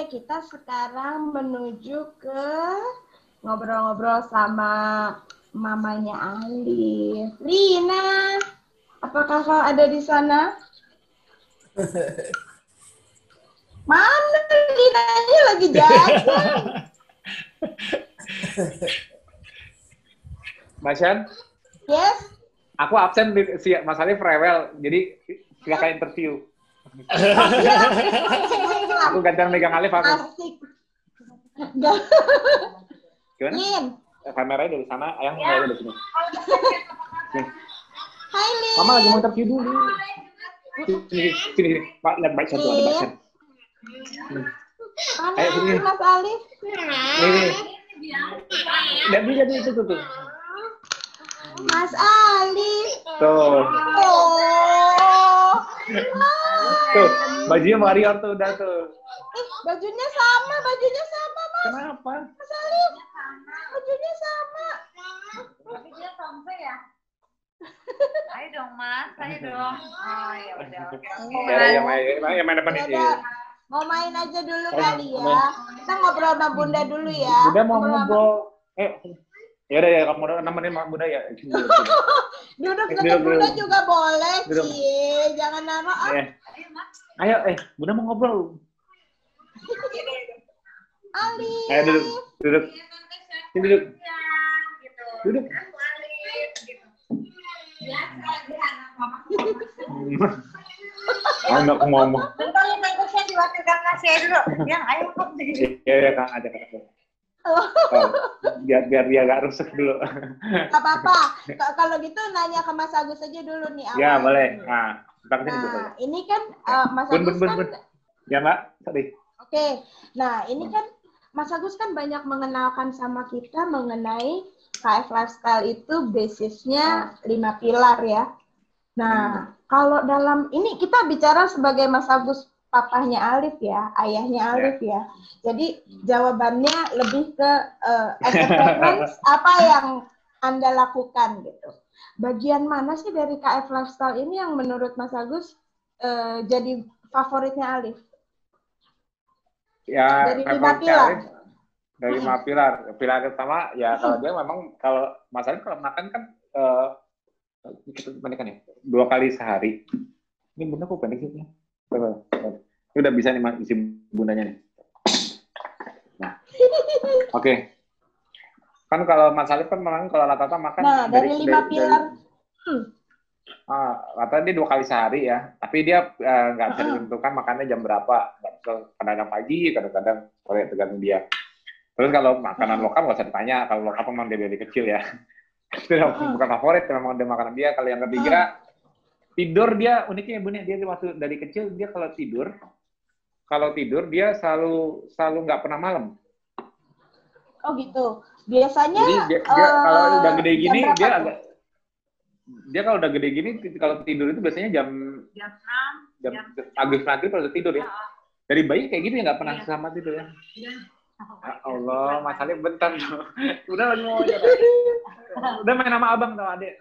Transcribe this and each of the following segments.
kita sekarang menuju ke ngobrol-ngobrol sama mamanya Alif. Lina, apakah kau ada di sana? Mana Linanya lagi jajan? Mbak Shan? Yes? Aku absen si Mas Alif rewel, jadi silakan interview. Aku gantian megang Alif aku. Asik. Gimana? Lin. Kameranya dari sana, Ayang ya. Dari sini. Hai Lin. Mama lagi mau interview dulu. Sini. Pak, lihat Mbak Shan tuh, ada Mbak Shan. Mana sini Mas Alif? Nih. Lihat dia jadi itu tuh. Mas Alif. Tuh. Oh. Tuh, bajunya warrior tuh udah tuh. Bajunya sama, Mas. Kenapa? Mas Alif. Bajunya sama. Tapi dia sampai ya? Ayo dong Mas, ayo dong. Oh ya udah. Yang main depan ini. Mau main aja dulu kali ya. Kita ngobrol sama Bunda dulu ya. Bunda mau ngobrol. Ya udah ya, kamu nemenin Bunda ya. Duduk dekat Bunda juga boleh, Duduk. Cie. Jangan nama. Ayo, Bunda mau ngobrol. Alif. Ayo duduk. Sini duduk. Duduk. Enggak ngomong. Bentar ya Kang Kusya diwakilkan Mas ya dulu. Yang ayo kok. Ya Kang, aja Kang. Biar dia nggak rusak dulu. Gak apa-apa. Kalau gitu nanya ke Mas Agus aja dulu nih. Ya boleh. Nah, ini kan Mas Bun. Agus kan. Ya Mbak, sorry. Oke. Nah ini kan Mas Agus kan banyak mengenalkan sama kita mengenai KF Lifestyle itu basisnya 5 pilar ya. Nah kalau dalam ini kita bicara sebagai Mas Agus papahnya Alif ya, ayahnya Alif ya. Jadi jawabannya lebih ke as a parents, apa yang Anda lakukan gitu. Bagian mana sih dari KF Lifestyle ini yang menurut Mas Agus jadi favoritnya Alif? Ya, dari 5 pilar. Dari 5 pilar. Pilar pertama ya kalau dia memang kalau Mas Alif kalau makan kan kita pendek kan ya 2 kali sehari. Ini Bunda kok pendek sih? Ini udah bisa nih isi Bundanya nih. Nah, oke. Kan kalau Mas Alif kan memang kalau rata-rata makan dari 5 pilar. Rata-rata dia 2 kali sehari ya. Tapi dia nggak bisa ditentukan makannya jam berapa. Kadang-kadang pagi, kadang-kadang sore, tergantung dia. Terus kalau makanan lokal nggak usah ditanya. Kalau lokal memang dia dari kecil ya. Itu bukan favorit, memang dia makanan dia. Kalau yang ketiga, tidur dia uniknya Bunda, dia waktu dari kecil dia kalau tidur dia selalu nggak pernah malam. Oh gitu. Biasanya jadi dia kalau udah gede gini dia kalau udah gede gini kalau tidur itu biasanya jam maghrib udah tidur ya. Dari bayi kayak gitu ya nggak pernah sama tidur ya. Allah, Mas Alif bentar. Udah lagi mau aja. Udah main sama abang sama adek.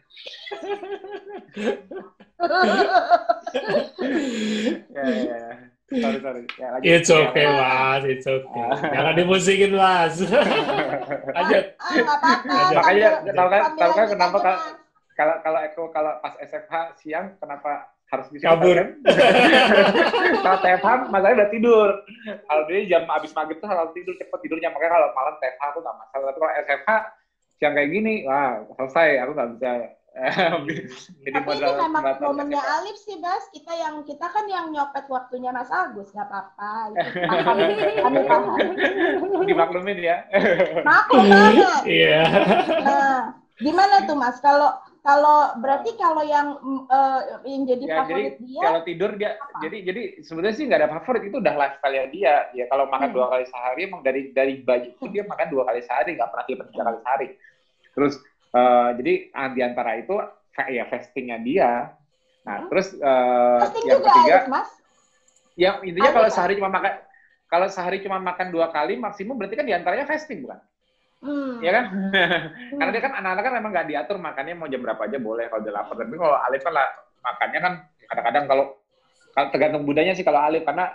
Ya. Sorry. Ya, lagi. It's okay, Mas. It's okay. Jangan dimusikin, Mas. Lanjut. Makanya tahu kan kenapa kalau pas SFH siang kenapa harus kabur? Kalau TFH masalahnya udah tidur. Kalau dia jam abis maghrib tuh harus tidur cepet tidurnya. Makanya kalau malam TFH aku nggak masalah. Tapi kalau SFH siang kayak gini, wah selesai. Aku nggak bisa. Jadi tapi ini memang momennya Alif sih, Bas. Kita kan yang nyopet waktunya Mas Agus, nggak apa-apa. Kami paham. Dimaklumin ya. Maklum banget. Iya. Nah, gimana tuh Mas? Kalau berarti kalau yang jadi favorit dia. Kalau tidur dia, apa? jadi sebenarnya sih nggak ada favorit, itu udah lifestyle dia. Ya kalau makan 2 kali sehari, emang dari bayi itu dia makan 2 kali sehari, nggak pernah tidur 3 kali sehari. Terus jadi di antara itu ya fastingnya dia. Nah terus yang ketiga, Mas? Ya intinya kalau sehari cuma makan 2 kali maksimum berarti kan di antaranya fasting bukan? Ya kan? Karena dia kan anak-anak kan memang nggak diatur makannya mau jam berapa aja boleh kalau dia lapar. Tapi kalau Alif kan makannya kan kadang-kadang kalau tergantung budaya sih kalau Alif karena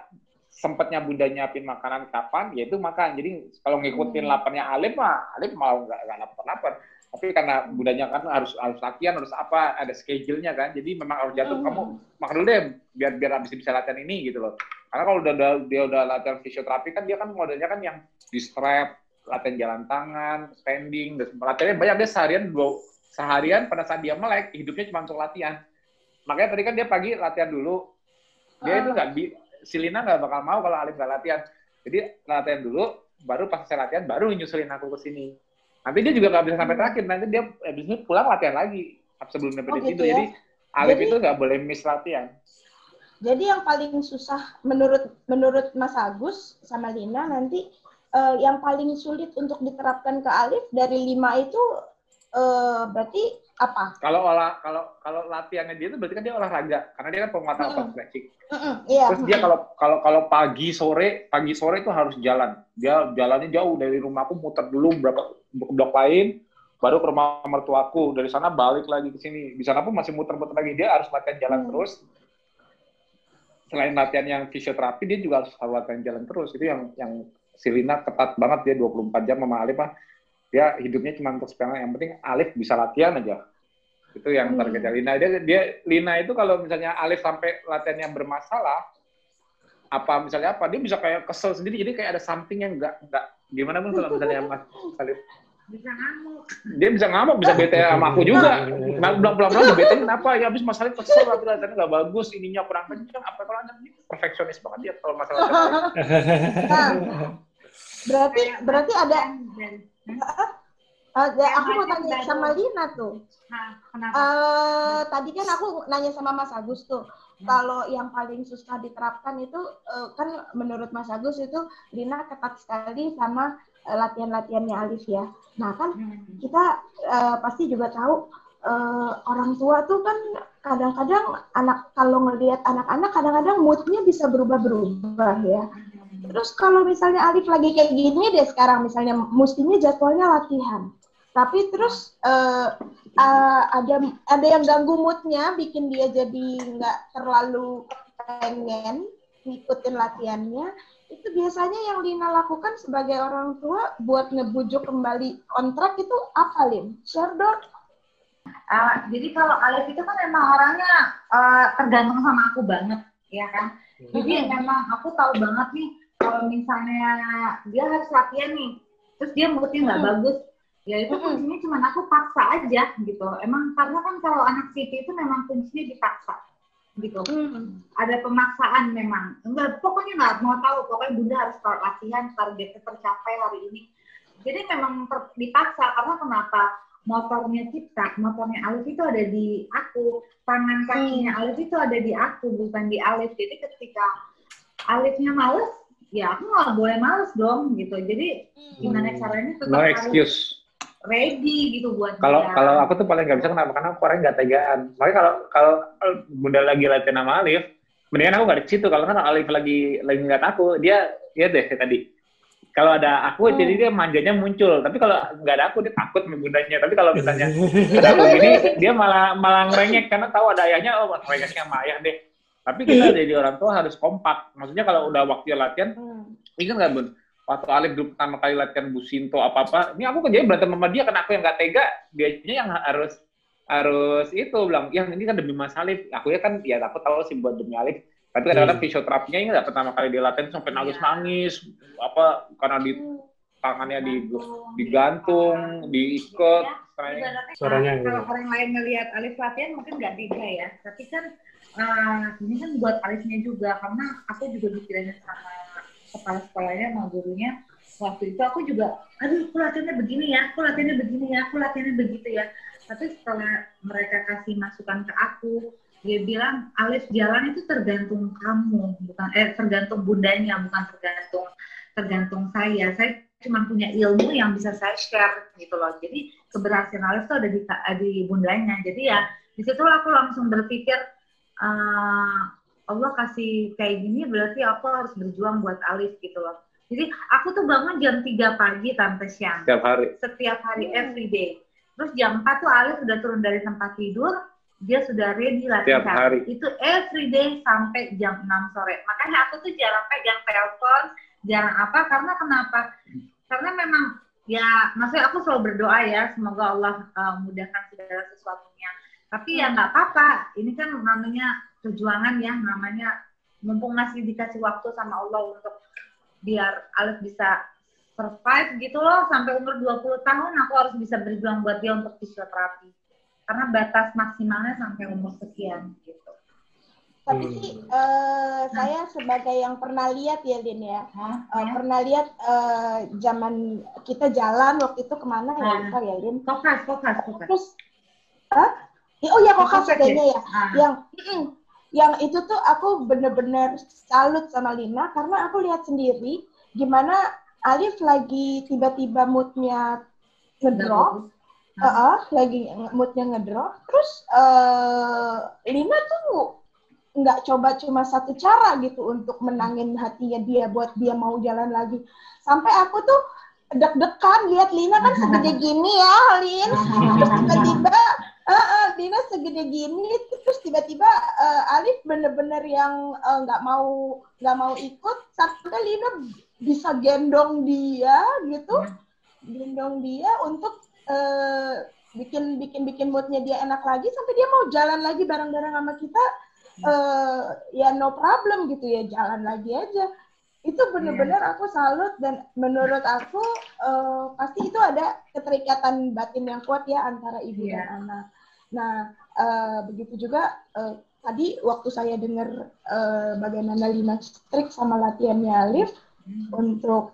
sempatnya bunda nyiapin makanan kapan, ya itu makan. Jadi kalau ngikutin laparnya Alif mah, Alif mau nggak lapar-lapar. Tapi karena budanya kan harus latihan, harus apa, ada schedule-nya kan. Jadi memang harus jatuh, kamu makan dulu deh, biar habis bisa latihan ini gitu loh. Karena kalau dia udah latihan fisioterapi kan dia kan modelnya kan yang di strap, latihan jalan tangan, standing, dan latihannya banyak. Dia seharian pada saat dia melek, hidupnya cuma untuk latihan. Makanya tadi kan dia pagi latihan dulu. Dia itu si Lina nggak bakal mau kalau Alif nggak latihan. Jadi latihan dulu, baru pas saya latihan, baru nyusulin aku ke sini. Nanti dia juga nggak bisa sampai terakhir, nanti dia habis ini pulang latihan lagi sebelum sampai di situ. Ya? Jadi Alif itu nggak boleh miss latihan. Jadi yang paling susah menurut Mas Agus sama Lina nanti yang paling sulit untuk diterapkan ke Alif dari 5 itu berarti apa? Kalau latihannya dia itu berarti kan dia olahraga, karena dia kan penguatan otot stretching. Iya. Terus dia kalau pagi sore itu harus jalan. Dia jalannya jauh dari rumahku, muter dulu berapa blok lain, baru ke rumah mertuaku. Dari sana balik lagi ke sini. Di sana pun masih muter-muter lagi. Dia harus latihan jalan terus. Selain latihan yang fisioterapi, dia juga harus latihan jalan terus. Itu yang si Lina ketat banget, dia 24 jam sama Alif mah. Dia hidupnya cuma untuk sepeda. Yang penting Alif bisa latihan aja. Itu yang targetnya Lina. Lina itu kalau misalnya Alif sampai latihan yang bermasalah, dia bisa kayak kesel sendiri. Jadi kayak ada something yang enggak gimana pun kalau misalnya Mas Alif bisa ngamuk. Dia bisa ngamuk, bisa bete sama aku juga. Pulang-pulang bete kenapa? Ya habis Mas Alif kesel, tapi latihannya nggak bagus, ininya kurang kencang. Apa kalau Anda ini perfeksionis banget ya kalau masalah berarti ada aku mau tanya sama Lina tuh. Kenapa? Tadi kan aku nanya sama Mas Agus tuh, kalau yang paling susah diterapkan itu kan menurut Mas Agus itu Lina ketat sekali sama latihan-latihannya Alif ya. Nah kan kita pasti juga tahu orang tua tuh kan kadang-kadang kalau ngelihat anak-anak kadang-kadang moodnya bisa berubah-berubah ya. Terus kalau misalnya Alif lagi kayak gini deh sekarang, misalnya mestinya jadwalnya latihan, tapi terus ada yang ganggu moodnya, bikin dia jadi nggak terlalu pengen ngikutin latihannya. Itu biasanya yang Lina lakukan sebagai orang tua buat ngebujuk kembali kontrak itu apa, Lin? Share dong. Jadi kalau Alif itu kan memang orangnya tergantung sama aku banget, ya kan? Jadi memang aku tahu banget nih, kalau misalnya dia harus latihan nih, terus dia moodnya nggak bagus, ya itu fungsinya cuma aku paksa aja gitu. Emang karena kan kalau anak Siti itu memang fungsinya dipaksa gitu. Ada pemaksaan memang. Enggak, pokoknya nggak mau tahu, pokoknya bunda harus latihan, targetnya tercapai hari ini. Jadi memang dipaksa, karena kenapa? Motornya Alif itu ada di aku, tangan kakinya Alif itu ada di aku, bukan di Alif. Jadi ketika Alifnya males, ya aku nggak boleh males dong gitu. Jadi gimana caranya tetap no excuse. Ready gitu buat kalau aku tuh paling nggak bisa, kenapa? Karena aku orangnya nggak tegaan. Makanya kalau bunda lagi latihan sama Alif, mendingan aku nggak di situ. Kalau kan Alif lagi ngeliat aku, dia deh tadi. Kalau ada aku, jadi dia manjanya muncul. Tapi kalau nggak ada aku, dia takut sama bundanya. Tapi kalau misalnya ada aku gini, dia malah ngerengek karena tahu ada ayahnya. Oh, ngerengeknya sama ayah deh. Tapi kita jadi orang tua harus kompak. Maksudnya kalau udah waktu latihan, ingat nggak Bun? Waktu Alif dulu pertama kali latihan Businto apa-apa, ini aku kerjanya berantem sama dia karena aku yang nggak tega. Dianya yang harus itu bilang, yang ini kan demi Mas Alif. Aku ya kan, ya aku tahu sih buat demi Alif. Tapi kadang-kadang fisioterapinya ini nggak pertama kali dia latihan sampai nangis-nangis, karena di tangannya digantung, diikat. Suaranya kalau orang lain ngelihat Alif latihan mungkin nggak tega ya. Tapi kan ini kan buat Alifnya juga, karena aku juga pikirannya sama kepala sekolahnya, sama gurunya. Waktu itu aku juga, aduh aku latihannya begini ya, aku latihannya begitu ya. Tapi setelah mereka kasih masukan ke aku, dia bilang, Alif jalan itu tergantung kamu, bukan tergantung bundanya, bukan tergantung saya. Saya cuma punya ilmu yang bisa saya share gitu loh. Jadi keberhasilan Alif itu ada di bundanya. Jadi ya di situ aku langsung berpikir, Allah kasih kayak gini berarti aku harus berjuang buat Alif gitu loh. Jadi aku tuh bangun jam 3 pagi sampai siang. Setiap hari Setiap hari, every day. Terus jam 4 tuh Alif udah turun dari tempat tidur, dia sudah ready Tiap latihan. hari. Itu every day sampai jam 6 sore. Makanya aku tuh jarang pegang telepon, jarang apa, karena kenapa? Karena memang ya, maksudnya aku selalu berdoa ya, semoga Allah mudahkan segala sesuatunya. Tapi ya nggak apa-apa, ini kan namanya perjuangan ya, namanya mumpung masih dikasih waktu sama Allah untuk biar Alif bisa survive gitu loh, sampai umur 20 tahun aku harus bisa berjuang buat dia untuk fisioterapi. Karena batas maksimalnya sampai umur sekian gitu. Tapi sih saya sebagai yang pernah lihat ya, Lin ya, pernah lihat zaman kita jalan waktu itu kemana ya, lupa ya, Lin. Kokas. Terus, oh ya Kokas kayaknya ya, yang itu tuh aku bener-bener salut sama Lina karena aku lihat sendiri gimana Alif lagi tiba-tiba moodnya ngedrop, lagi moodnya ngedrop, terus Lina tuh nggak coba cuma satu cara gitu untuk menangin hatinya dia buat dia mau jalan lagi. Sampai aku tuh deg-degan lihat Lina kan segede gini ya, Lin. Terus tiba-tiba Lina segede gini, terus tiba-tiba Alif bener-bener yang nggak mau ikut, sampai Lina bisa gendong dia gitu, gendong dia untuk bikin moodnya dia enak lagi, sampai dia mau jalan lagi bareng-bareng sama kita. Ya no problem gitu ya, jalan lagi aja. Itu benar-benar aku salut, dan menurut aku pasti itu ada keterikatan batin yang kuat ya antara ibu dan anak. Nah, begitu juga tadi waktu saya dengar bagaimana Lina strict sama latihannya Alif untuk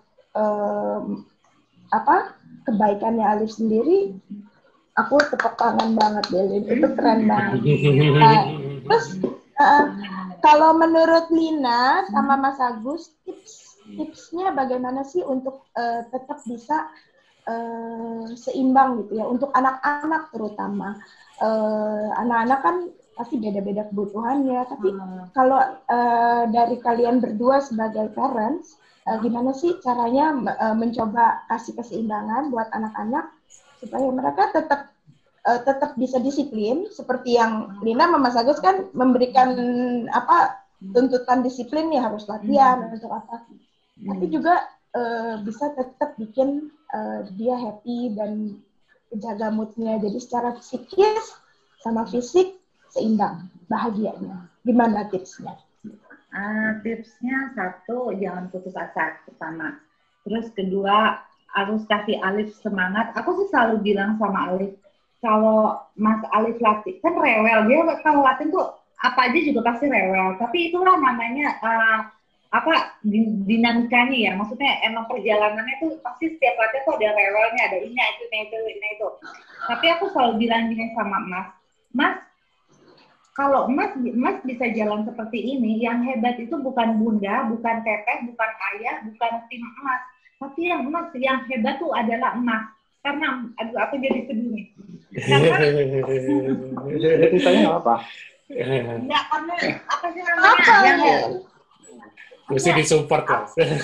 kebaikannya Alif sendiri, aku tepuk tangan banget deh, itu keren banget. Nah, terus kalau menurut Lina sama Mas Agus, tipsnya bagaimana sih untuk tetap bisa seimbang gitu ya, untuk anak-anak terutama. Anak-anak kan pasti beda-beda kebutuhannya, tapi kalau dari kalian berdua sebagai parents, gimana sih caranya mencoba kasih keseimbangan buat anak-anak supaya mereka tetap bisa disiplin, seperti yang Lina sama Mas Agus kan memberikan tuntutan disiplin ya, harus latihan untuk apa, tapi juga bisa tetap bikin dia happy dan jaga moodnya, jadi secara psikis sama fisik seimbang bahagianya. Gimana tipsnya? Tipsnya satu, jangan putus asa pertama. Terus kedua, harus kasih Alif semangat. Aku sih selalu bilang sama Alif, kalau Mas Alif latih, kan rewel, dia kalau latih tuh apa aja juga pasti rewel, tapi itulah namanya dinamikanya ya, maksudnya emang perjalanannya tuh pasti setiap latihan tuh ada rewelnya, ada ini itu. Tapi aku selalu bilang gini sama Mas, kalau Mas bisa jalan seperti ini, yang hebat itu bukan Bunda, bukan Teteh, bukan Ayah, bukan tim Mas, tapi yang hebat tuh adalah Mas. Karena, aduh aku jadi sedih nih. Ceritanya apa? Enggak, karena apa sih namanya? Mesti disupport lah.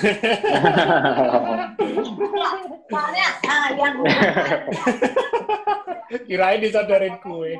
Soalnya yang kirain disadarin kue.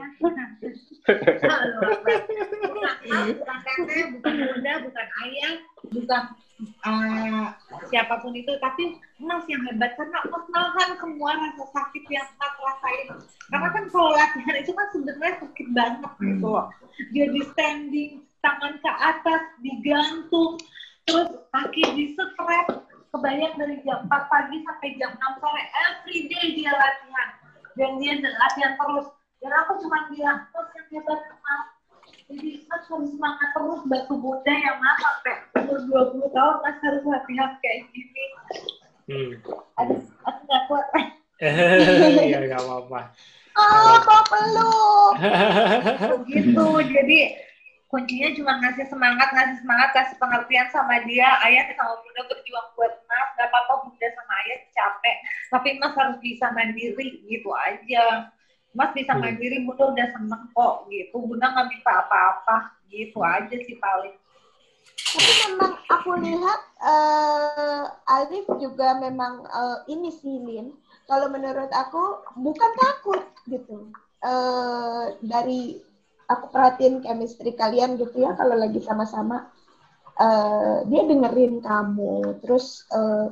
Bukan teteh, bukan bunda, bukan ayah, bukan siapapun itu, tapi Mas yang hebat karena Mas nahan semua rasa sakit yang Mas rasain. Karena kan kalau latihan itu kan sebenarnya sakit banget gitu loh. Jadi standing, tangan ke atas, digantung, terus kaki di-strap, kebayang dari jam 4 pagi sampai jam 6 sore, every day dia latihan. Dan dia latihan terus. Dan aku cuma bilang, Mas yang hebat Mas. Jadi Mas harus semangat terus, bantu Bunda yang Mas sampai umur 20 tahun Mas harus latihan kayak gini. Aduh, aku gak kuat. Ya nggak apa-apa. Mau peluk. Begitu, jadi kuncinya cuma ngasih semangat, kasih pengertian sama dia. Ayah sama Bunda berjuang buat Mas, gak apa-apa Bunda sama Ayah capek, tapi Mas harus bisa mandiri, gitu aja. Mas bisa mandiri, Bunda udah seneng kok, gitu. Bunda nggak minta apa-apa, gitu aja sih paling. Tapi memang aku lihat Alif juga memang ini sih, Lin. Kalau menurut aku bukan takut gitu. Dari aku perhatiin chemistry kalian gitu ya kalau lagi sama-sama. Dia dengerin kamu, terus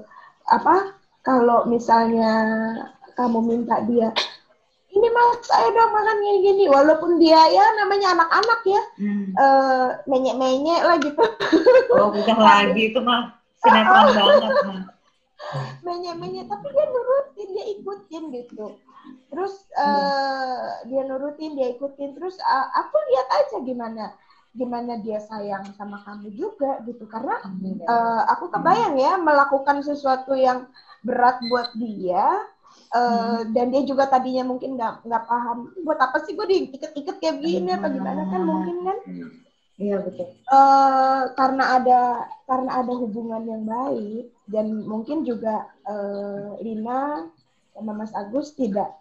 kalau misalnya kamu minta dia, ini mas saya dong makan gini, walaupun dia ya namanya anak-anak ya, menyek-menyek lah gitu. Oh bukan lagi itu mah sinetron banget mah. Menyek-menyek, tapi dia nurutin, dia ikutin gitu. Terus dia nurutin, dia ikutin, terus aku lihat aja gimana dia sayang sama kamu juga gitu, karena aku kebayang ya melakukan sesuatu yang berat buat dia, dan dia juga tadinya mungkin nggak paham buat apa sih gue diikat-ikat kayak begini atau gimana kan mungkin kan. Iya betul. Karena ada hubungan yang baik dan mungkin juga Lina sama Mas Agus tidak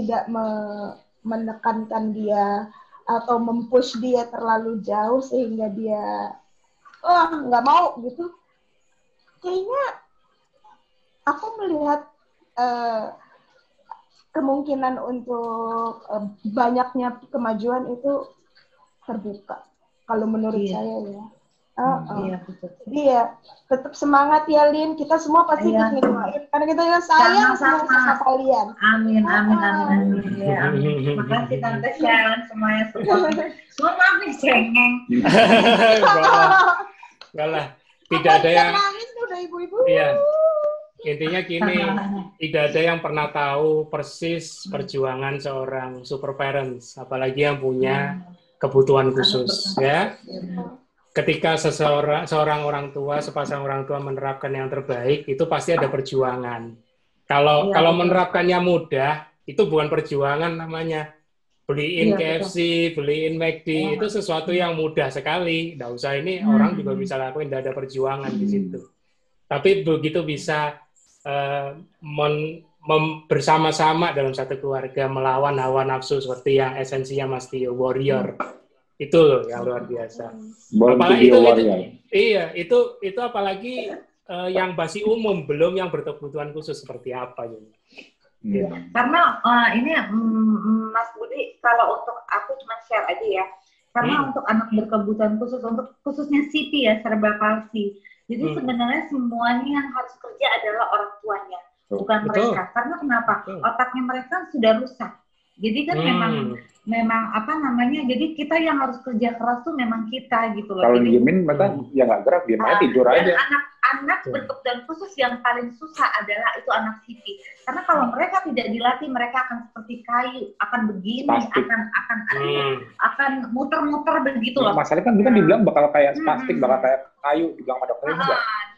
menekankan dia atau mempush dia terlalu jauh sehingga dia nggak mau gitu. Kayaknya aku melihat kemungkinan untuk banyaknya kemajuan itu terbuka kalau menurut saya ya. Iya betul. Jadi ya tetap semangat ya Lin, kita semua pasti ikut ngedoain karena kita sayang sama kalian. Amin. Ya, amin. Makasih Tante Sharon semuanya semua maaf nih cengeng. Enggak lah, tidak ada yang nangis udah ibu-ibu. Iya. Intinya gini, tidak ada yang pernah tahu persis perjuangan seorang super parents, apalagi yang punya kebutuhan khusus ya. Ketika seorang orang tua, sepasang orang tua menerapkan yang terbaik, itu pasti ada perjuangan. Kalau menerapkannya mudah, itu bukan perjuangan namanya. Beliin KFC, beliin McD, itu sesuatu yang mudah sekali. Nggak usah ini orang juga bisa lakuin, nggak ada perjuangan di situ. Tapi begitu bisa bersama-sama dalam satu keluarga melawan hawa nafsu seperti yang esensinya Mas Tio, warrior. Itu loh yang luar biasa. Apalagi itu apalagi yang basi umum, belum yang berkebutuhan khusus seperti apa gitu. Karena ini Mas Budi, kalau untuk aku cuma share aja ya. Karena untuk anak berkebutuhan khusus, untuk khususnya CP ya, cerebral palsy. Jadi sebenarnya semuanya yang harus kerja adalah orang tuanya, bukan mereka. Karena kenapa? Otaknya mereka sudah rusak. Jadi kan memang apa namanya, jadi kita yang harus kerja keras tuh memang kita gitu loh. Kalau diemin mereka ya nggak gerak, diem aja tidur aja. Anak berkebutuhan khusus yang paling susah adalah itu anak CP. Karena kalau mereka tidak dilatih, mereka akan seperti kayu, akan begini, akan muter-muter begitu loh. Masalahnya kan bukan dibilang bakal kayak spastik, bakal kayak kayu, dibilang sama dokter juga.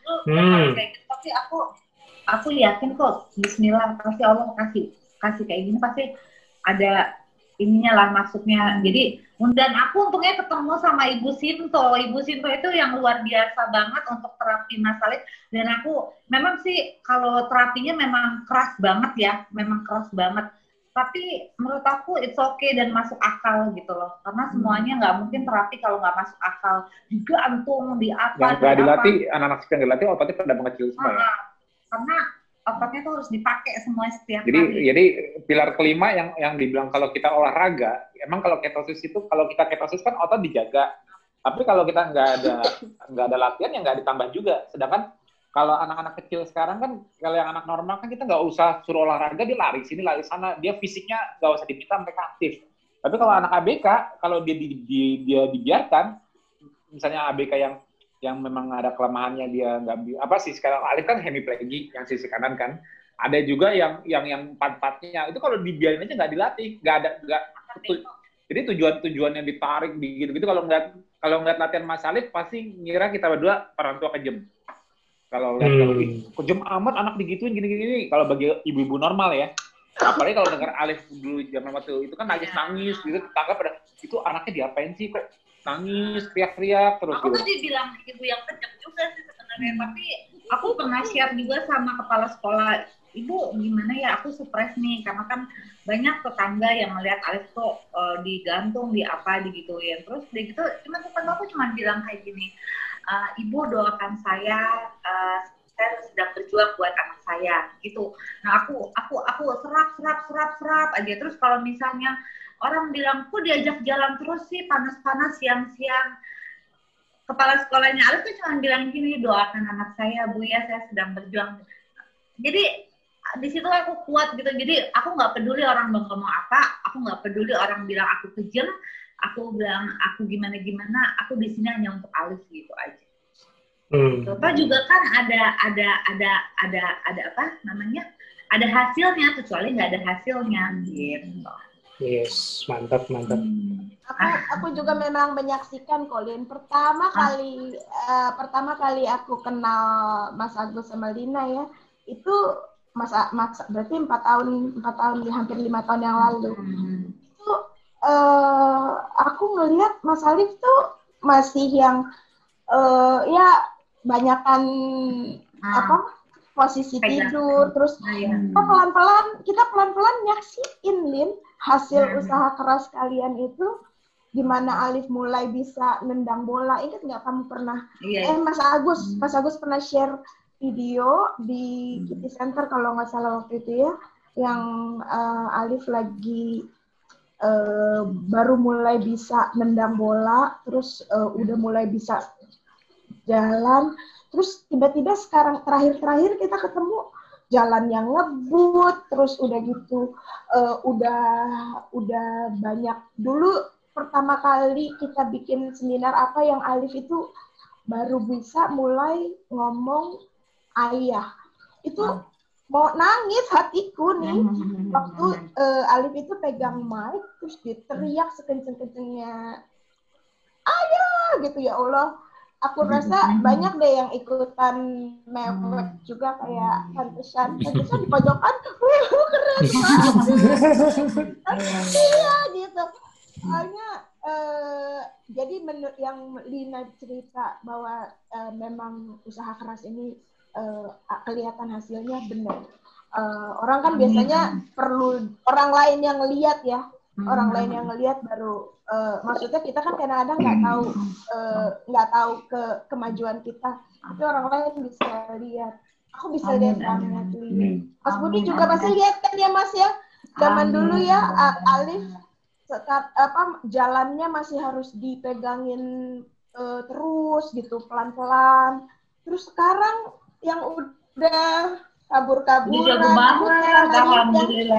Tapi aku yakin kok, Bismillah, pasti Allah kasih kayak gini, pasti ada ininya lah maksudnya. Jadi dan aku untungnya ketemu sama Ibu Sinto itu yang luar biasa banget untuk terapi masalah. Dan aku memang sih kalau terapinya memang keras banget ya, memang keras banget. Tapi menurut aku it's okay dan masuk akal gitu loh. Karena semuanya nggak mungkin terapi kalau nggak masuk akal. Juga antung di apa. Yang nggak dilatih, anak-anak yang dilatih otaknya pada mengecil semua ya. Karena otaknya tuh harus dipakai semua setiap hari. Jadi pilar kelima yang dibilang kalau kita olahraga, emang kalau ketosis itu, kalau kita ketosis kan otot dijaga. Tapi kalau kita nggak ada latihan, ya nggak ditambah juga. Sedangkan kalau anak-anak kecil sekarang kan, kalau yang anak normal kan kita nggak usah suruh olahraga, dia lari sini, lari sana, dia fisiknya nggak usah dipinta, mereka aktif. Tapi kalau anak ABK, kalau dia dibiarkan, misalnya ABK yang memang ada kelemahannya, dia nggak apa sih sekarang Alif kan hemiplegic yang sisi kanan kan, ada juga yang empat-empatnya itu kalau dibiarin aja nggak dilatih, nggak jadi tujuan yang ditarik gitu kalau nggak latihan Mas Alif pasti ngira kita berdua orang tua kejem. Kalau kejem amat anak digituin gini kalau bagi ibu-ibu normal ya, apalagi kalau dengar Alif dulu zaman waktu itu kan nangis gitu, tangkap pada itu anaknya diapain sih kok nangis, teriak-teriak terus. Aku tadi bilang ibu yang kejam juga sih sebenarnya, tapi aku pernah share juga sama kepala sekolah, Ibu gimana ya, aku stres nih, karena kan banyak tetangga yang melihat Alif tuh digantung, di apa, digituin. Terus dia gitu, tetangga aku cuma bilang kayak gini, Ibu doakan saya sedang berjuang buat anak saya, gitu. Nah aku serap aja. Terus kalau misalnya orang bilang, kok diajak jalan terus sih, panas-panas siang-siang. Kepala sekolahnya Alif tuh cuma bilang gini, doakan anak saya, Bu ya, saya sedang berjuang. Jadi di situ aku kuat gitu. Jadi aku nggak peduli orang ngomong apa, aku nggak peduli orang bilang aku kejam, aku bilang aku gimana, aku di sini hanya untuk Alif gitu aja. Bapak juga kan ada apa namanya? Ada hasilnya, kecuali nggak ada hasilnya gitu. Yes, mantap. Aku juga memang menyaksikan Colin. Pertama kali aku kenal Mas Agus sama Lina ya, itu berarti 4 tahun hampir 5 tahun yang lalu. Itu aku ngelihat Mas Alif tuh masih yang ya banyakan posisi tidur, terus kita pelan-pelan nyaksiin Lin hasil usaha keras kalian itu, di mana Alif mulai bisa nendang bola. Ingat nggak kamu pernah? Mas Agus pernah share video di Kitty Center kalau nggak salah waktu itu ya, yang Alif lagi baru mulai bisa nendang bola, terus udah mulai bisa jalan, terus tiba-tiba sekarang terakhir kita ketemu jalan yang ngebut, terus udah gitu udah banyak. Dulu pertama kali kita bikin seminar apa yang Alif itu baru bisa mulai ngomong ayah. Itu mau nangis hatiku nih waktu Alif itu pegang mic terus diteriak sekenceng-kencengnya ayah gitu. Ya Allah, aku rasa banyak deh yang ikutan mewek juga kayak Pantesan di pojokan, wih keren banget. Iya gitu. Soalnya jadi yang Lina cerita bahwa memang usaha keras ini kelihatan hasilnya benar. Orang kan biasanya perlu orang lain yang lihat ya. Orang lain yang ngelihat baru maksudnya kita kan kadang-kadang nggak tahu kemajuan kita, tapi orang lain bisa lihat. Aku bisa lihat banget. Mas Budi juga pasti lihat kan ya Mas ya, zaman dulu ya Alif jalannya masih harus dipegangin terus gitu pelan-pelan, terus sekarang yang udah kabur-kaburan. Alhamdulillah.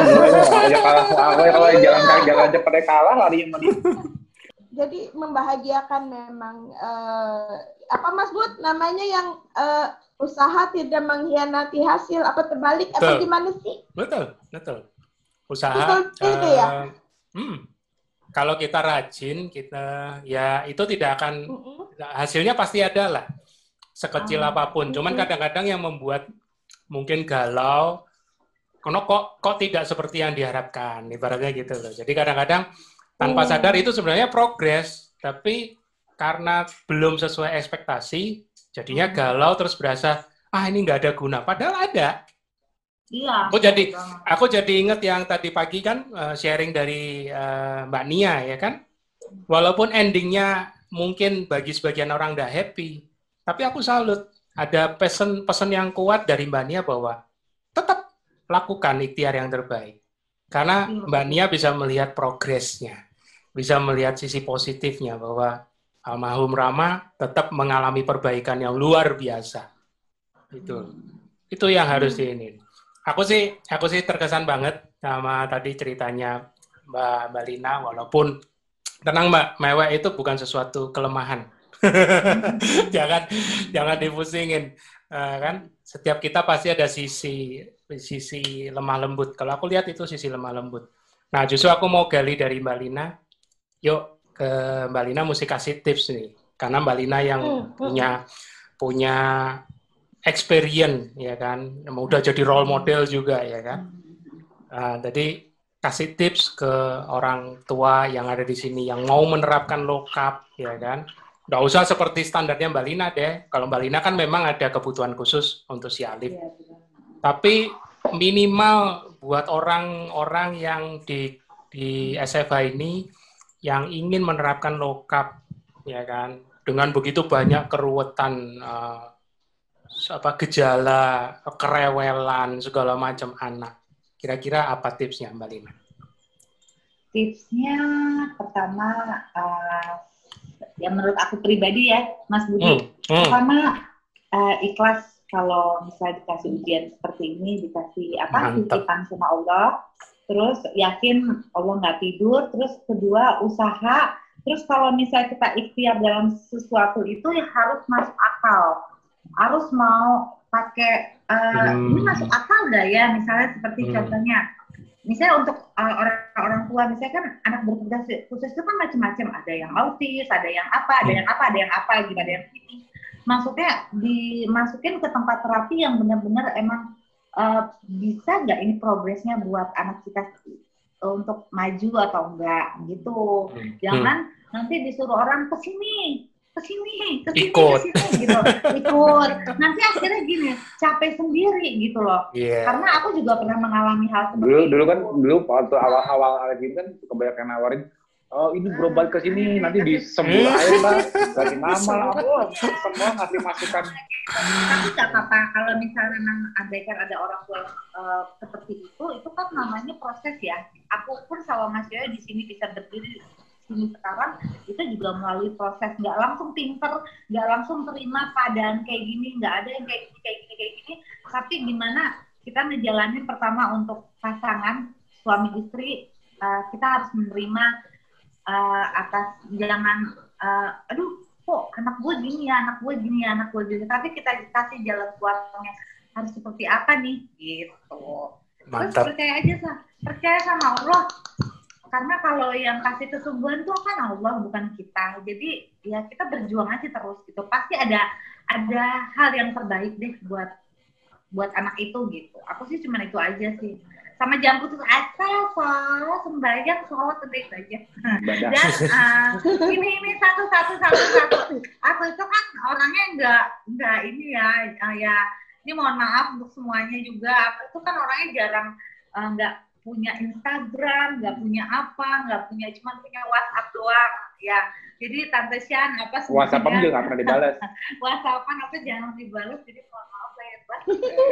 Kalau jalan aja pada kalah lari sama dia. Jadi membahagiakan memang Mas Bud namanya yang usaha tidak mengkhianati hasil, apa terbalik atau gimana sih? Betul. Usaha. Betul itu ya. Kalau kita rajin, kita ya itu tidak akan hasilnya pasti ada lah, sekecil apapun. Cuman kadang-kadang yang membuat mungkin galau, karena kok tidak seperti yang diharapkan, ibaratnya gitu loh. Jadi kadang-kadang tanpa sadar itu sebenarnya progres, tapi karena belum sesuai ekspektasi, jadinya galau terus berasa ini nggak ada guna. Padahal ada. Iya. Aku jadi ingat yang tadi pagi kan sharing dari Mbak Nia ya kan. Walaupun endingnya mungkin bagi sebagian orang nggak happy, tapi aku salut. Ada pesan yang kuat dari Mbak Nia bahwa tetap lakukan ikhtiar yang terbaik. Karena Mbak Nia bisa melihat progresnya, bisa melihat sisi positifnya bahwa almarhum Rama tetap mengalami perbaikan yang luar biasa. Itu yang harus diinin. Aku sih terkesan banget sama tadi ceritanya Mbak Lina, walaupun tenang Mbak, mewek itu bukan sesuatu kelemahan. jangan dipusingin, kan setiap kita pasti ada sisi lemah lembut. Kalau aku lihat itu sisi lemah lembut. Nah justru aku mau gali dari Mbak Lina. Yuk ke Mbak Lina mesti kasih tips nih, karena Mbak Lina yang punya experience ya kan, udah jadi role model juga ya kan. Jadi kasih tips ke orang tua yang ada di sini yang mau menerapkan low carb ya kan. Nggak usah seperti standarnya Mbak Lina deh. Kalau Mbak Lina kan memang ada kebutuhan khusus untuk si Alif. Ya, tapi minimal buat orang-orang yang di SFH ini yang ingin menerapkan low carb, ya kan, dengan begitu banyak keruwetan, gejala, kerewelan, segala macam anak. Kira-kira apa tipsnya Mbak Lina? Tipsnya pertama, yang menurut aku pribadi ya, Mas Budi, pertama ikhlas kalau misalnya dikasih ujian seperti ini, dikasih titipan sama Allah, terus yakin Allah nggak tidur, terus kedua usaha, terus kalau misalnya kita ikhtiar dalam sesuatu itu ya harus masuk akal, harus mau pakai ini masuk akal nggak ya, misalnya seperti contohnya. Misalnya untuk orang tua, misalnya kan anak berkebutuhan khusus itu kan macam-macam, ada yang autis, ada yang apa, ada yang apa, gitu, ada yang ini. Maksudnya dimasukin ke tempat terapi yang benar-benar emang bisa nggak ini progresnya buat anak kita untuk maju atau enggak gitu. Jangan nanti disuruh orang kesini ikut gitu, ikut. Nanti akhirnya gini, capek sendiri gitu loh. Karena aku juga pernah mengalami hal seperti itu. Dulu waktu awal gitu kan kebanyakan nawarin, oh ini berobat ke sini, nanti disembur air lah, ganti nama lah, semua ngasih masukan. Tapi nggak apa-apa kalau misalnya memang ada orang tua seperti itu kan namanya proses ya. Aku pun sama Mas Yoyo di sini bisa berdiri ini sekarang itu juga melalui proses, nggak langsung pinter, nggak langsung terima keadaan kayak gini, nggak ada yang kayak gini, tapi gimana kita ngejalanin pertama untuk pasangan suami istri, kita harus menerima atas jangan aduh kok anak gue gini ya, tapi kita kasih jalan keluarnya harus seperti apa nih gitu. Mantap. Terus percaya sama Allah. Karena kalau yang kasih kesembuhan tuh kan Allah, bukan kita. Jadi ya kita berjuang aja terus gitu. Pasti ada hal yang terbaik deh buat anak itu gitu. Aku sih cuma itu aja sih. Sama jangan putus asa, sembahyang, sholat itu aja. Dan ini satu. Aku itu kan orangnya enggak ini ya ini mohon maaf untuk semuanya juga. Aku itu kan orangnya jarang enggak punya Instagram, nggak punya cuma punya WhatsApp doang, ya. Jadi Tante Shan apa sebenarnya? WhatsApp juga nggak pernah dibalas. WhatsApp-an apa jangan dibalas, jadi mohon maaf ya Pak.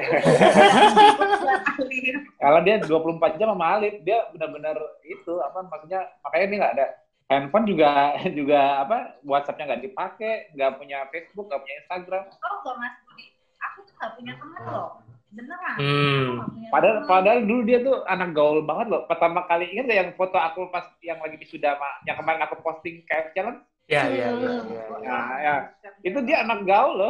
Kalau dia 24 jam sama Alif, dia benar-benar itu maksudnya makanya dia nggak ada handphone juga WhatsApp-nya nggak dipakai, nggak punya Facebook, nggak punya Instagram. Oh nggak Mas Budi, aku tuh nggak punya teman loh. Beneran. Padahal dulu dia tuh anak gaul banget loh. Pertama kali ingat gak yang foto aku pas yang lagi wisuda yang kemarin aku posting KF Challenge? Ya. Itu dia anak gaul loh.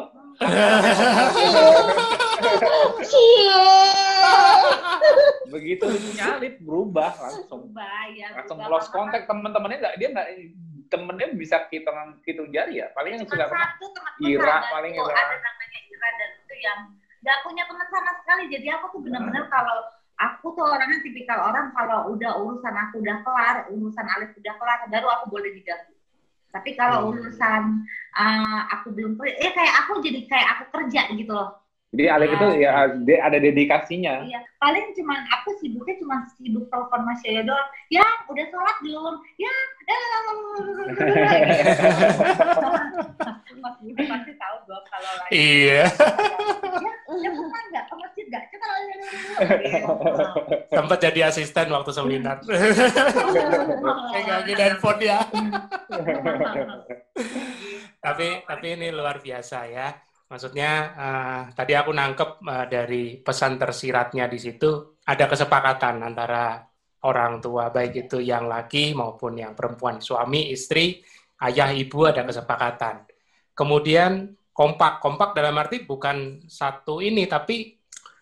Begitu punya Alif berubah langsung. Langsung lost contact teman-temannya temennya bisa hitung jari ya. Paling yang sudah Ira paling ada namanya Ira dan itu yang nggak punya teman sama sekali. Jadi aku tuh benar-benar kalau aku tuh orangnya tipikal orang kalau udah urusan aku udah kelar, urusan Alif udah kelar, baru aku boleh diganggu. Tapi kalau urusan aku belum kayak aku jadi kayak aku kerja gitu loh. Jadi Alif itu ya dia ada dedikasinya. Iya, paling cuman aku sibuk telepon Mas Yoyo doang. Ya, udah sholat belum? Ya, Mas Budi pasti tahu dong kalau lagi. Iya. Ya bukan nggak ke masjid nggak? Sempat jadi asisten waktu seminar. Pegangin handphone ya. Tapi ini luar biasa ya. Maksudnya tadi aku nangkep dari pesan tersiratnya di situ ada kesepakatan antara orang tua baik itu yang laki maupun yang perempuan, suami, istri, ayah, ibu ada kesepakatan. Kemudian kompak dalam arti bukan satu ini tapi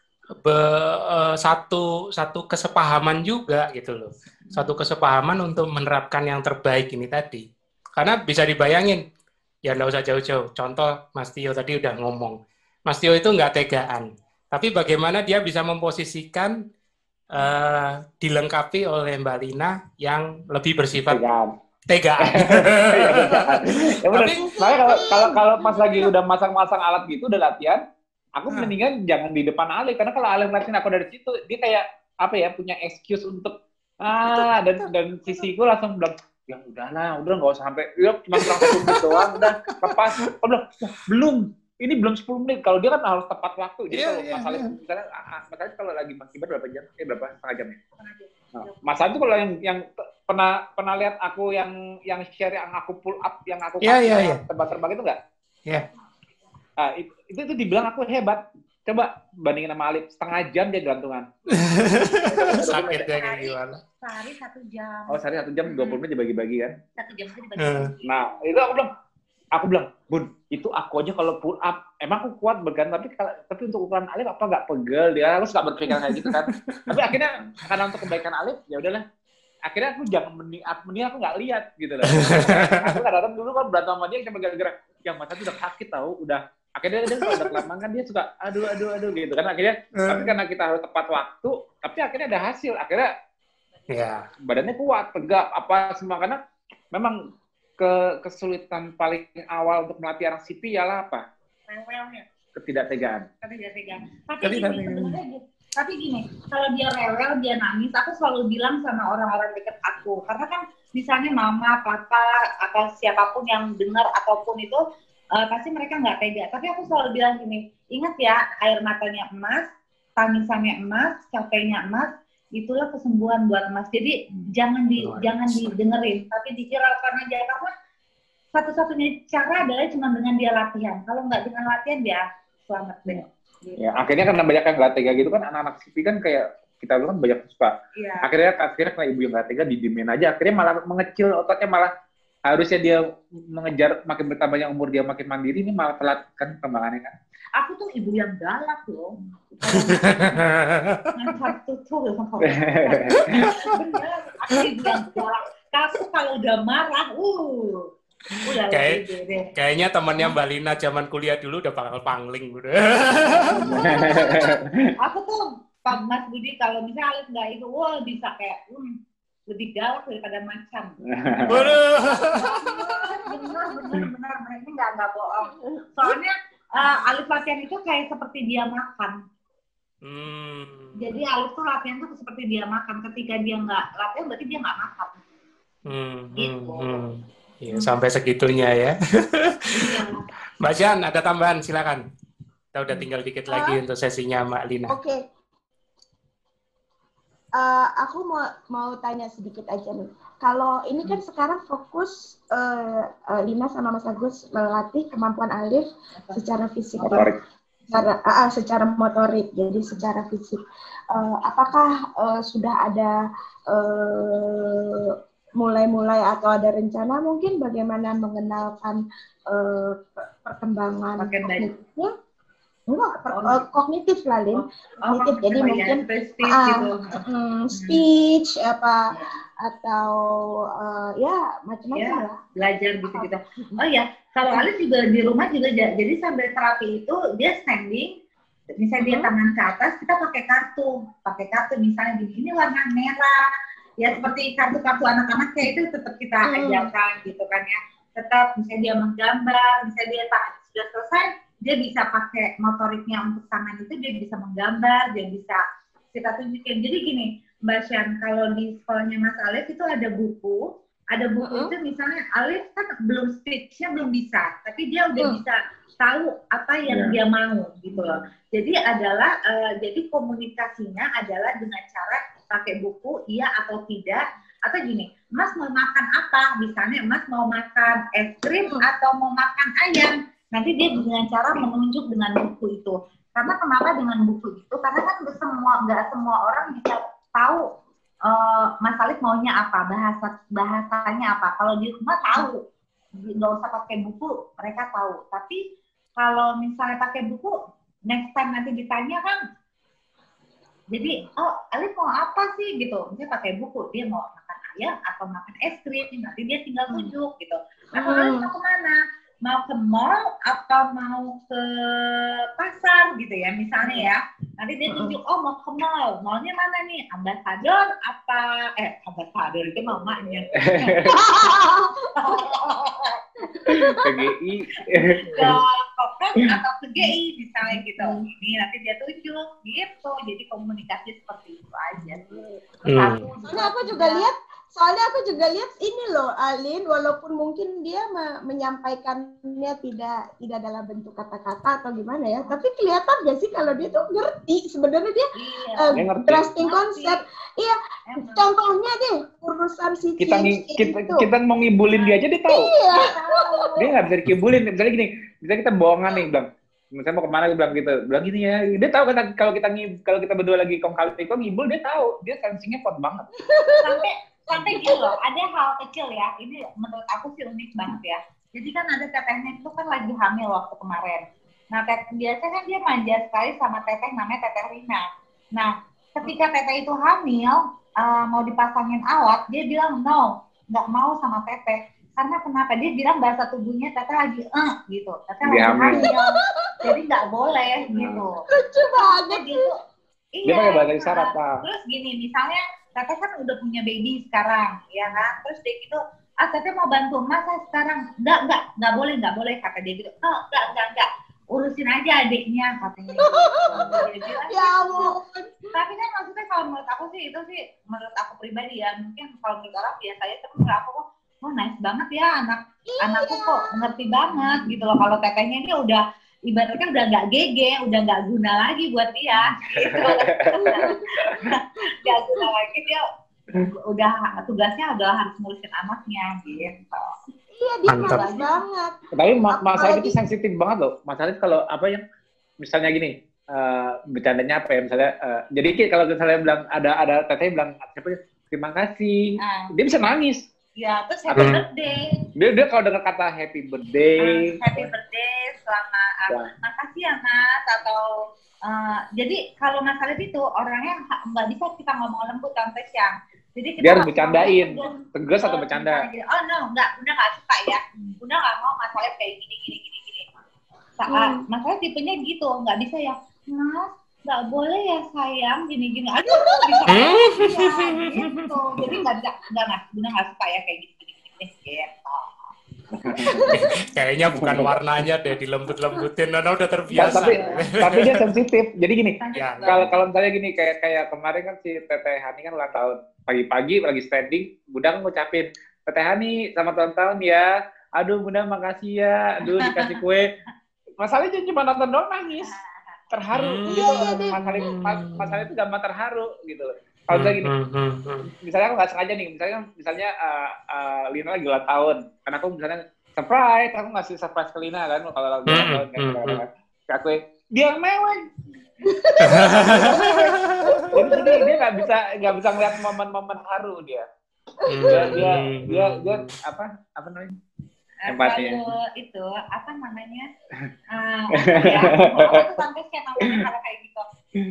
satu kesepahaman juga gitu loh. Satu kesepahaman untuk menerapkan yang terbaik ini tadi. Karena bisa dibayangin ya nggak usah jauh-jauh. Contoh Mas Tio tadi udah ngomong. Mas Tio itu nggak tegaan. Tapi bagaimana dia bisa memposisikan dilengkapi oleh Mbak Lina yang lebih bersifat tegaan. Ya benar. Makanya kalau pas lagi udah masang alat gitu udah latihan, aku mendingan jangan di depan Alif karena kalau Alif ngeliatin aku dari situ dia kayak punya excuse untuk dan sisiku langsung bilang ya udahlah, udah nggak usah sampai, ya cuma kurang 10 menit doang, udah lepas. Oh, ini belum 10 menit. Kalau dia kan harus tepat waktu. Jadi kalau masalah misalnya kalau lagi maksimal berapa jam? Berapa setengah jam ya? Nah, masalah itu kalau yang pernah lihat aku yang share yang aku pull up, yang aku terbang-terbang itu nggak? Iya. Ah, itu dibilang aku hebat. Coba bandingin sama Alif, setengah jam dia gelantungan. Sakitnya kayak gimana? Sehari 1 jam. Oh, sehari 1 jam 20 menit dibagi-bagi kan? 1 jam itu dibagi. Nah, itu aku bilang, Bun, itu aku aja kalau pull up, emang aku kuat bergan, tapi untuk ukuran Alif apa nggak pegel, dia harus nggak berpikiran kayak gitu kan. Tapi akhirnya karena untuk kebaikan Alif, ya udahlah. Akhirnya aku jangan mending aku nggak lihat gitu loh. Aku kadang-kadang dulu kan berantem sama dia cuma gara-gara yang mata tuh udah sakit tahu, udah akhirnya dia kalau udah kelamaan kan dia suka aduh gitu kan akhirnya. Tapi karena kita harus tepat waktu, tapi akhirnya ada hasil. Akhirnya badannya kuat, tegap, apa semua karena memang kesulitan paling awal untuk melatih anak CP ialah apa? Rewelnya, ketidaktegaan. Tapi gini, kalau dia rewel, dia nangis, aku selalu bilang sama orang-orang dekat aku. Karena kan misalnya mama, papa, atau siapapun yang dengar ataupun itu, pasti mereka nggak tega. Tapi aku selalu bilang gini, ingat ya, air matanya emas, tangisannya emas, capeknya emas, itulah kesembuhan buat emas. Jadi jangan didengerin, tapi dihiraukan aja. Karena satu-satunya cara adalah cuma dengan dia latihan. Kalau nggak dengan latihan, dia selamat deh. Ya, akhirnya karena banyak yang nggak tega gitu kan, anak-anak CP kan kayak kita dulu kan banyak suka. Iya. Akhirnya karena ibu yang nggak tega didiemin aja, akhirnya malah mengecil ototnya, malah harusnya dia mengejar makin bertambahnya umur dia makin mandiri, ini malah telat kan perkembangannya kan. Aku tuh ibu yang galak loh. Bener, aku ibu yang galak. Kamu kalau udah marah, udah kayaknya temannya Mbak Lina zaman kuliah dulu udah bakal pangling udah. Aku tuh Pak Mas Budi kalau misalnya Alif nggak itu, bisa kayak lebih galak daripada macan. Bener, ini nggak bohong. Soalnya Alif latihan itu kayak seperti dia makan. Jadi Alif tuh latihan tuh seperti dia makan. Ketika dia nggak latihan berarti dia nggak makan. Ya, sampai segitunya ya. Mbak Jan, ada tambahan, silakan. Kita udah tinggal dikit lagi untuk sesinya Mbak Lina. Oke. Aku mau tanya sedikit aja nih. Kalau ini kan sekarang fokus Lina sama Mas Agus melatih kemampuan Alif secara fisik, secara motorik, jadi secara fisik. Apakah sudah ada mulai atau ada rencana mungkin bagaimana mengenalkan perkembangan kognitifnya? Kognitif lah, Lin. Kognitif, jadi mungkin speech apa atau ya macam-macam lah. Belajar gitu-gitu. Oh ya, kalau Alif juga di rumah juga jadi sambil terapi itu dia standing. Misalnya dia tangan ke atas, kita pakai kartu misalnya ini warna merah. Ya seperti kartu-kartu anak-anak kayak itu tetap kita ajarkan gitu kan ya. Tetap misalnya dia menggambar, misalnya dia sudah selesai, dia bisa pakai motoriknya untuk tangan itu, dia bisa menggambar, dia bisa kita tunjukin. Jadi gini, Mbak Shan, kalau di sekolahnya Mas Alif itu ada buku itu misalnya Alif kan belum speech-nya belum bisa, tapi dia udah bisa tahu apa yang dia mau gitu loh. Jadi jadi komunikasinya adalah dengan cara pakai buku, iya atau tidak, atau gini, Mas mau makan apa? Misalnya Mas mau makan es krim atau mau makan ayam. Nanti dia dengan cara menunjuk dengan buku itu. Karena kenapa dengan buku itu? Karena kan nggak semua orang bisa tahu Mas Alif maunya apa, bahasanya apa. Kalau di rumah tahu, nggak usah pakai buku, mereka tahu. Tapi kalau misalnya pakai buku, next time nanti ditanya kan, jadi, Alif mau apa sih gitu? Misalnya pakai buku, dia mau makan ayam atau makan es krim, nanti dia tinggal tunjuk gitu. Nah, Alif mau kemana? Mau ke mall atau mau ke pasar gitu ya, misalnya ya. Nanti dia tunjuk, mau ke mall. Mallnya mana nih? Ambasador apa? Ambasador itu mamanya. Ke GI. Ke Kopres atau ke GI misalnya gitu. Ini nanti dia tunjuk gitu. Jadi komunikasi seperti itu aja. Soalnya aku juga lihat Soalnya aku juga lihat ini loh, Alin, walaupun mungkin dia menyampaikannya tidak dalam bentuk kata-kata atau gimana ya, tapi kelihatan gak sih kalau dia tuh ngerti sebenarnya dia Dia ngerti. grasping konsep. Iya, contohnya deh urusan si kita mau ngibulin dia aja dia tahu. Iya. Dia nggak bisa dikibulin. Misalnya gini, misalnya kita bohongan nih, bilang, misalnya mau kemana, bilang gitu, bilang gini ya, dia tahu kan kalau kita berdua lagi kong kali kong ngibul, dia tahu, dia sensingnya kuat banget. Sampai gitu loh, ada hal kecil ya, ini menurut aku sih unik banget ya. Jadi kan ada tetehnya itu kan lagi hamil waktu kemarin. Nah, biasanya kan dia manja sekali sama teteh namanya Teteh Rina. Nah, ketika teteh itu hamil, mau dipasangin alat, dia bilang no, nggak mau sama teteh. Karena kenapa? Dia bilang bahasa tubuhnya teteh lagi gitu. Teteh lagi hamil. Jadi nggak boleh gitu. Lucu banget gitu. Dia pakai bahasa isyarat, Pak. Terus gini, misalnya teteh kan udah punya baby sekarang, ya kan? Terus dia gitu, teteh mau bantu masa sekarang? Nggak boleh, kata dia gitu. Enggak. Urusin aja adiknya, katanya gitu. Dia bilang, ya ampun. Tapi kan maksudnya kalau menurut aku sih, itu sih menurut aku pribadi ya, mungkin kalau menurut orang biasanya terus aku kok, nice banget ya anakku kok ngerti banget gitu loh. Kalau tetehnya ini udah ibaratnya udah nggak gege, udah nggak guna lagi buat dia gitu. Nggak guna lagi, dia udah tugasnya adalah harus ngurusin anaknya gitu. Iya, dia malas banget. Tapi masalah itu sensitif banget loh. Masalahnya kalau apa yang misalnya gini, bercandanya apa ya, misalnya jadi kalau misalnya bilang ada teteh bilang terima kasih, dia bisa nangis. Ya, terus happy birthday. Dia kalau dengar kata happy birthday, selamat, makasih ya Mas, atau jadi kalau masalah itu orangnya nggak bisa kita ngomong lembut sampai siang. Jadi kita dia harus bercandain, tegas atau bercanda. Oh no, Bunda nggak suka ya. Bunda nggak mau masalah kayak gini. Masalah tipenya gitu, nggak bisa ya, Mas. Nggak boleh ya sayang, gini. Aduh, bisa gitu. Jadi nggak bisa, Bunda nggak suka ya kayak gini. Gitu. Kayaknya bukan warnanya deh, dilembut-lembutin, Nona udah terbiasa. Tapi dia sensitif. Jadi gini, ya, kalau misalnya gini, kayak kemarin kan si Teteh Hani kan ulang tahun. Pagi-pagi lagi standing, Bunda ngucapin, Teteh Hani selamat ulang tahun ya. Aduh Bunda makasih ya. Aduh dikasih kue. Masalahnya cuma nonton doang nangis. Terharu gitu. Masalah itu gampang terharu gitu. Kalau misalnya gini, misalnya aku nggak sengaja nih, misalnya Lina lagi ulang tahun, karena aku misalnya surprise, aku ngasih surprise ke Lina kan, kalau lagi ulang tahun kan, aku dia mewah. Jadi dia nggak bisa ngeliat momen-momen haru dia. Dia apa namanya? Kalau itu apa namanya? Ya, aku sampai kayak namanya kalau kayak gitu.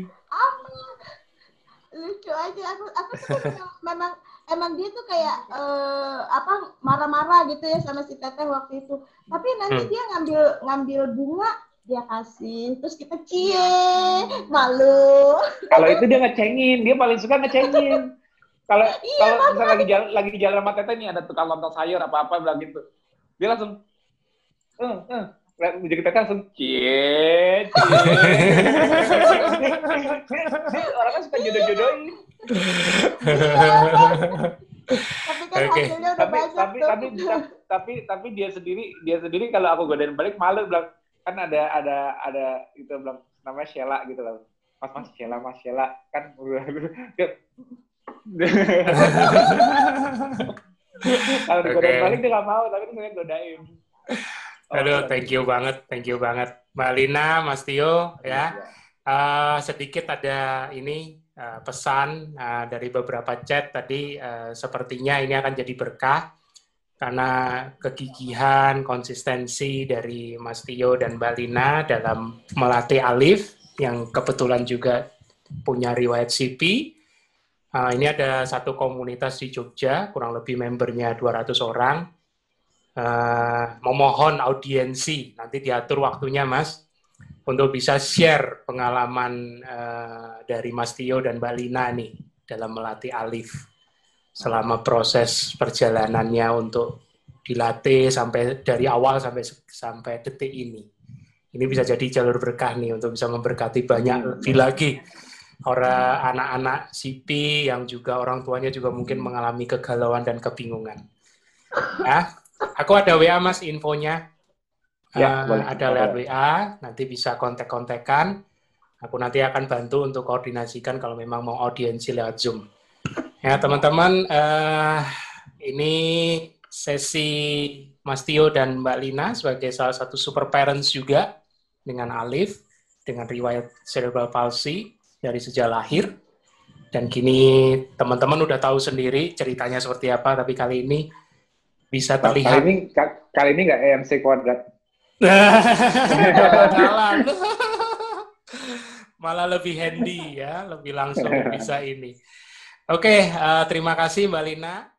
Lucu aja, aku tuh emang dia tuh kayak marah-marah gitu ya sama si Teteh waktu itu. Tapi nanti dia ngambil bunga, dia kasih, terus kita malu. Kalau itu dia ngecengin, dia paling suka ngecengin. Kalau misalnya lagi jalan sama Teteh nih, ada tukang lontong sayur apa bilang gitu, dia langsung jadi kita langsung cie. Orangnya suka jodoh-jodohin. Tapi kan hasilnya udah banyak. Tapi dia sendiri kalau aku godain balik malu, bilang kan ada itu bilang namanya Sheila gitu loh. Mas Sheila kan kalau digodain balik dia nggak mau, tapi dia godain. Aduh, thank you banget Mbak Lina, Mas Tio ya. Sedikit ada ini pesan dari beberapa chat tadi, sepertinya ini akan jadi berkah karena kegigihan, konsistensi dari Mas Tio dan Mbak Lina dalam melatih Alif yang kebetulan juga punya riwayat CP. Ini ada satu komunitas di Jogja, kurang lebih membernya 200 orang. Memohon audiensi, nanti diatur waktunya Mas, untuk bisa share pengalaman dari Mas Tio dan Mbak Lina nih dalam melatih Alif selama proses perjalanannya untuk dilatih sampai dari awal sampai detik ini. Ini bisa jadi jalur berkah nih untuk bisa memberkati banyak lebih lagi anak-anak CP yang juga orang tuanya juga mungkin mengalami kegalauan dan kebingungan. Ya, aku ada WA Mas infonya. Ya, boleh. Ada lewat WA, nanti bisa kontak-kontakan. Aku nanti akan bantu untuk koordinasikan kalau memang mau audiensi lewat Zoom. Ya, teman-teman, ini sesi Mas Tio dan Mbak Lina sebagai salah satu super parents juga dengan Alif, dengan riwayat cerebral palsy dari sejak lahir. Dan kini teman-teman udah tahu sendiri ceritanya seperti apa, tapi kali ini bisa terlihat. Kali ini nggak EMC kuadrat. Malah lebih handy ya, lebih langsung bisa ini. Oke, terima kasih Mbak Lina.